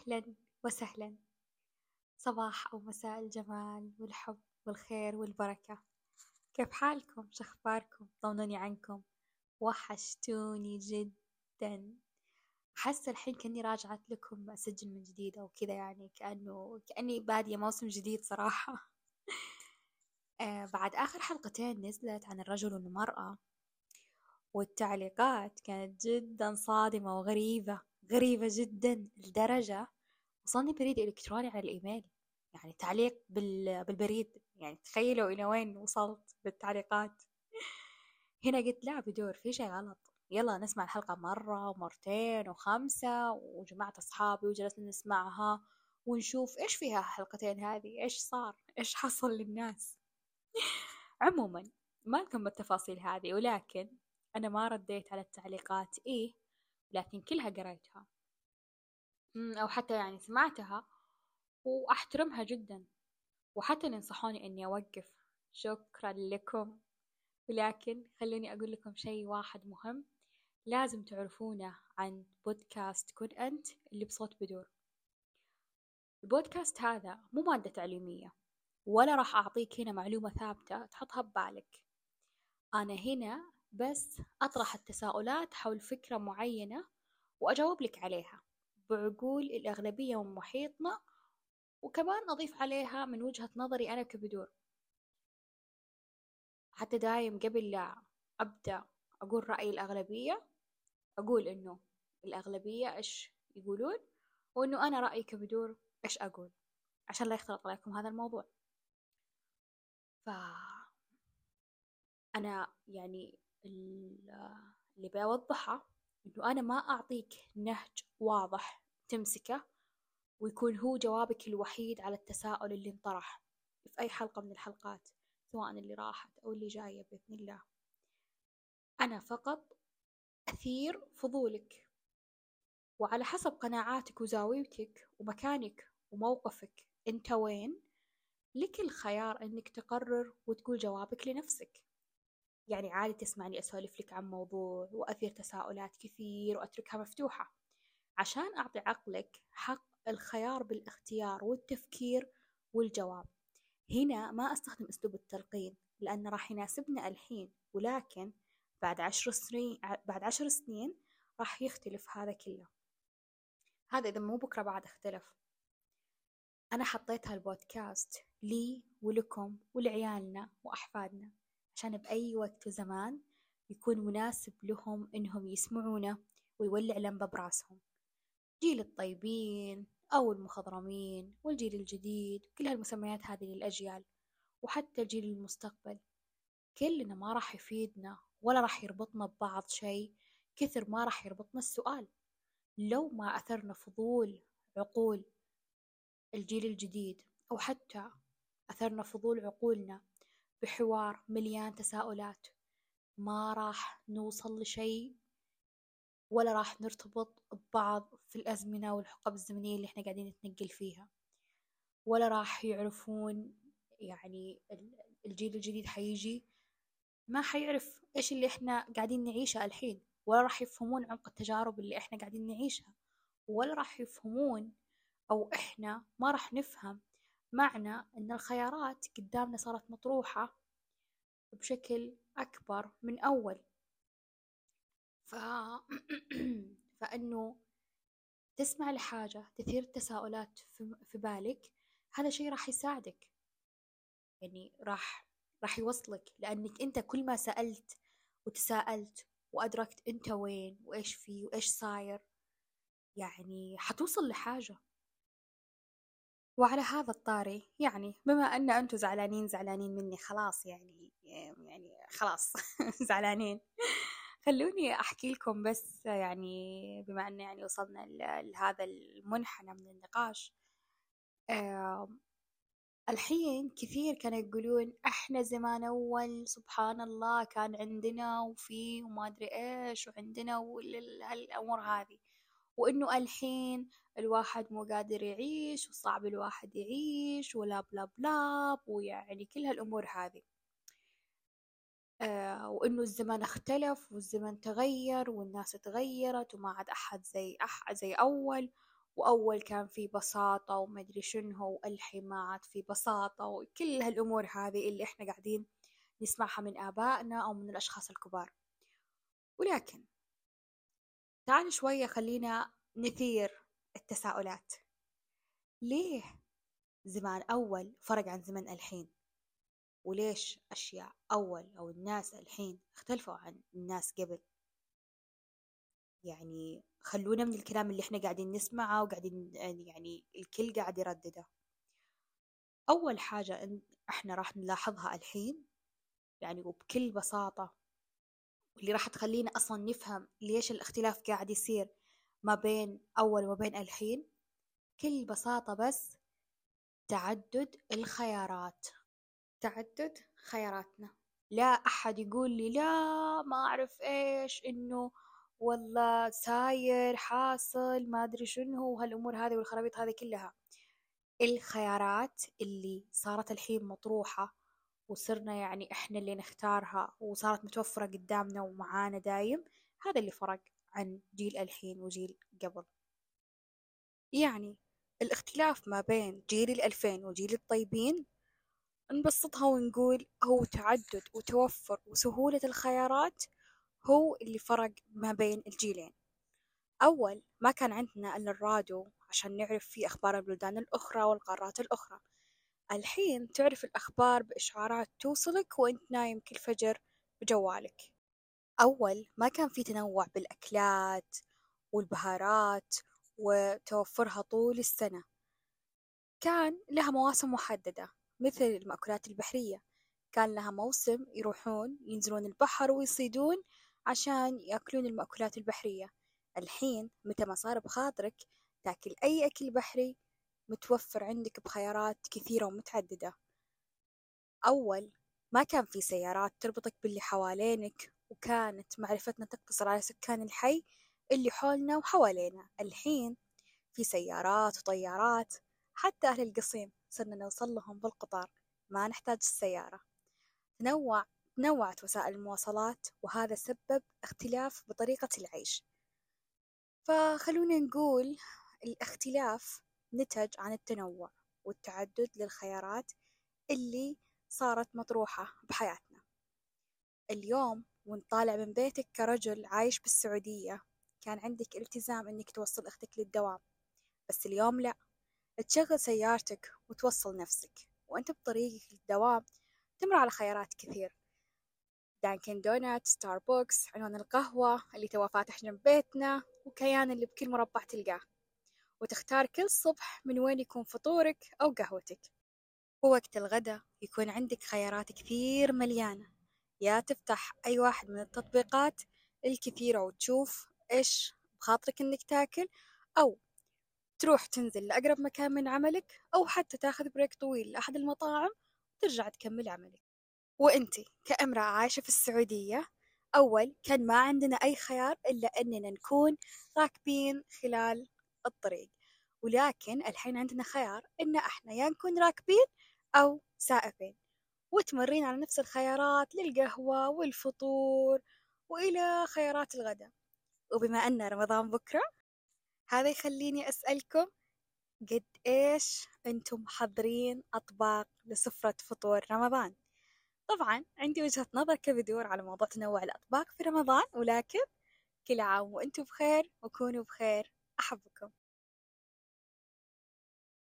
أهلا وسهلا. صباح أو مساء الجمال والحب والخير والبركة. كيف حالكم؟ شخباركم؟ طمنوني عنكم. وحشتوني جدا. حاسة الحين كأني راجعت لكم أسجل من جديد أو كذا، يعني كأني بادية موسم جديد صراحة. بعد آخر حلقتين نزلت عن الرجل والمرأة، والتعليقات كانت جدا صادمة وغريبة، غريبة جدا لدرجة وصلني بريد إلكتروني على الإيميل. يعني تعليق بالبريد، يعني تخيلوا إلى وين وصلت بالتعليقات. هنا قلت لا، بدور في شيء غلط. يلا نسمع الحلقة مرة ومرتين وخمسة، وجمعت أصحابي وجلسنا نسمعها ونشوف إيش فيها الحلقتين هذه، إيش صار، إيش حصل للناس. عموما ما لكم بالتفاصيل هذه، ولكن أنا ما رديت على التعليقات لكن كلها قريتها، أو حتى يعني سمعتها وأحترمها جدا، وحتى ننصحوني إني أوقف. شكرا لكم. ولكن خلوني أقول لكم شيء واحد مهم لازم تعرفونه عن بودكاست كن أنت اللي بصوت بدور. البودكاست هذا مو مادة تعليمية، ولا راح أعطيك هنا معلومة ثابتة تحطها ببالك. أنا هنا بس أطرح التساؤلات حول فكرة معينة وأجاوب لك عليها بعقول الأغلبية من محيطنا، وكمان أضيف عليها من وجهة نظري أنا كبدور. حتى دايم قبل لا أبدأ أقول رأي الأغلبية، أقول إنه الأغلبية إيش يقولون، وإنه أنا رأيي كبدور إيش أقول، عشان لا يختلط عليكم هذا الموضوع. فأنا يعني اللي بوضحه إنه أنا ما أعطيك نهج واضح تمسكه ويكون هو جوابك الوحيد على التساؤل اللي انطرح في أي حلقة من الحلقات، سواء اللي راحت أو اللي جاية بإذن الله. أنا فقط أثير فضولك، وعلى حسب قناعاتك وزاويتك ومكانك وموقفك أنت وين، لك الخيار أنك تقرر وتقول جوابك لنفسك. يعني عادي تسمعني أسولف لك عن موضوع وأثير تساؤلات كثير وأتركها مفتوحة عشان أعطي عقلك حق الخيار بالاختيار والتفكير والجواب. هنا ما أستخدم أسلوب التلقين لأنه راح يناسبنا الحين، ولكن بعد 10 سنين راح يختلف هذا كله. هذا إذا مو بكرة بعد اختلف. أنا حطيت هالبودكاست لي ولكم ولعيالنا وأحفادنا، عشان بأي وقت وزمان يكون مناسب لهم إنهم يسمعونه ويولع لمبة براسهم. جيل الطيبين أو المخضرمين والجيل الجديد، كل هالمسميات هذه للأجيال، وحتى جيل المستقبل، كلنا ما راح يفيدنا ولا راح يربطنا ببعض شيء كثر ما راح يربطنا السؤال. لو ما أثرنا فضول عقول الجيل الجديد، أو حتى أثرنا فضول عقولنا بحوار مليان تساؤلات، ما راح نوصل لشيء ولا راح نرتبط ببعض في الأزمنة والحقب الزمنية اللي احنا قاعدين نتنقل فيها، ولا راح يعرفون. يعني الجيل الجديد حيجي ما حيعرف إيش اللي إحنا قاعدين نعيشه الحين، ولا راح يفهمون عمق التجارب اللي إحنا قاعدين نعيشها، ولا راح يفهمون أو إحنا ما راح نفهم معنى أن الخيارات قدامنا صارت مطروحة بشكل أكبر من أول. ف... فإنه تسمع لحاجة تثير التساؤلات في بالك، هذا شيء راح يساعدك، يعني راح يوصلك، لأنك أنت كل ما سألت وتساءلت وأدركت أنت وين وإيش فيه وإيش صاير، يعني حتوصل لحاجة. وعلى هذا الطاري، يعني بما أن أنتم زعلانين مني خلاص، يعني خلاص زعلانين، خلوني أحكي لكم بس، يعني بما أن يعني وصلنا لهذا المنحنى من النقاش. الحين كثير كانوا يقولون احنا زمان اول سبحان الله كان عندنا وفي وما ادري ايش وعندنا هالامور هذه، وانه الحين الواحد مو قادر يعيش وصعب الواحد يعيش ولا بلا بلا، ويعني كل هالامور هذه. وانه الزمان اختلف والزمن تغير والناس تغيرت وما عاد احد زي اول، وأول كان في بساطة ومدري شنو، والحين ما عاد في بساطة، وكل هالأمور هذه اللي إحنا قاعدين نسمعها من آبائنا أو من الأشخاص الكبار. ولكن تعال شوية خلينا نثير التساؤلات. ليه زمان أول فرق عن زمن الحين؟ وليش أشياء أول أو الناس الحين اختلفوا عن الناس قبل؟ يعني خلونا من الكلام اللي احنا قاعدين نسمعه وقاعدين يعني الكل قاعد يردده. أول حاجة احنا راح نلاحظها الحين يعني وبكل بساطة، واللي راح تخلينا أصلا نفهم ليش الاختلاف قاعد يصير ما بين أول وما بين الحين، بكل بساطة بس تعدد الخيارات. تعدد خياراتنا. لا أحد يقول لي لا ما أعرف إيش إنه والله ساير حاصل ما أدري شنو وهالأمور هذه والخرابيط هذه كلها. الخيارات اللي صارت الحين مطروحة وصرنا يعني إحنا اللي نختارها وصارت متوفرة قدامنا ومعانا دايم، هذا اللي فرق عن جيل الحين وجيل قبل. يعني الاختلاف ما بين جيل الألفين وجيل الطيبين نبسطها ونقول هو تعدد وتوفر وسهولة الخيارات هو اللي فرق ما بين الجيلين. أول ما كان عندنا إلا الراديو عشان نعرف فيه أخبار البلدان الأخرى والقارات الأخرى، الحين تعرف الأخبار بإشعارات توصلك وإنت نايم كل فجر بجوالك. أول ما كان في تنوع بالأكلات والبهارات وتوفرها طول السنة، كان لها مواسم محددة مثل المأكولات البحرية، كان لها موسم يروحون ينزلون البحر ويصيدون عشان يأكلون المأكولات البحرية. الحين متى ما صار بخاطرك تاكل أي أكل بحري متوفر عندك بخيارات كثيرة ومتعددة. أول ما كان في سيارات تربطك باللي حوالينك وكانت معرفتنا تقتصر على سكان الحي اللي حولنا وحوالينا، الحين في سيارات وطيارات، حتى أهل القصيم صرنا نوصل لهم بالقطار، ما نحتاج السيارة. تنوعت وسائل المواصلات وهذا سبب اختلاف بطريقة العيش. فخلونا نقول الاختلاف نتج عن التنوع والتعدد للخيارات اللي صارت مطروحة بحياتنا. اليوم ونطالع من بيتك كرجل عايش بالسعودية كان عندك التزام انك توصل اختك للدوام، بس اليوم لا، تشغل سيارتك وتوصل نفسك وانت بطريقك للدوام تمر على خيارات كثير، دانكن دونات، ستاربكس، عنوان القهوة اللي توا فاتح جنب بيتنا، وكيان اللي بكل مربع تلقاه، وتختار كل صبح من وين يكون فطورك أو قهوتك. ووقت الغداء يكون عندك خيارات كثير مليانة، يا تفتح أي واحد من التطبيقات الكثيرة وتشوف إيش بخاطرك إنك تاكل، أو تروح تنزل لأقرب مكان من عملك، أو حتى تاخذ بريك طويل لأحد المطاعم وترجع تكمل عملك. وإنتي كامرأة عايشة في السعودية، أول كان ما عندنا أي خيار إلا أننا نكون راكبين خلال الطريق، ولكن الحين عندنا خيار إن إحنا يا نكون راكبين أو سائقين، وتمرين على نفس الخيارات للقهوة والفطور وإلى خيارات الغداء. وبما أن رمضان بكرة، هذا يخليني أسألكم قد إيش أنتم محضرين أطباق لسفرة فطور رمضان؟ طبعا عندي وجهة نظر كبدور على موضوع تنوع الأطباق في رمضان، ولكن كل عام وأنتم بخير وكونوا بخير. أحبكم.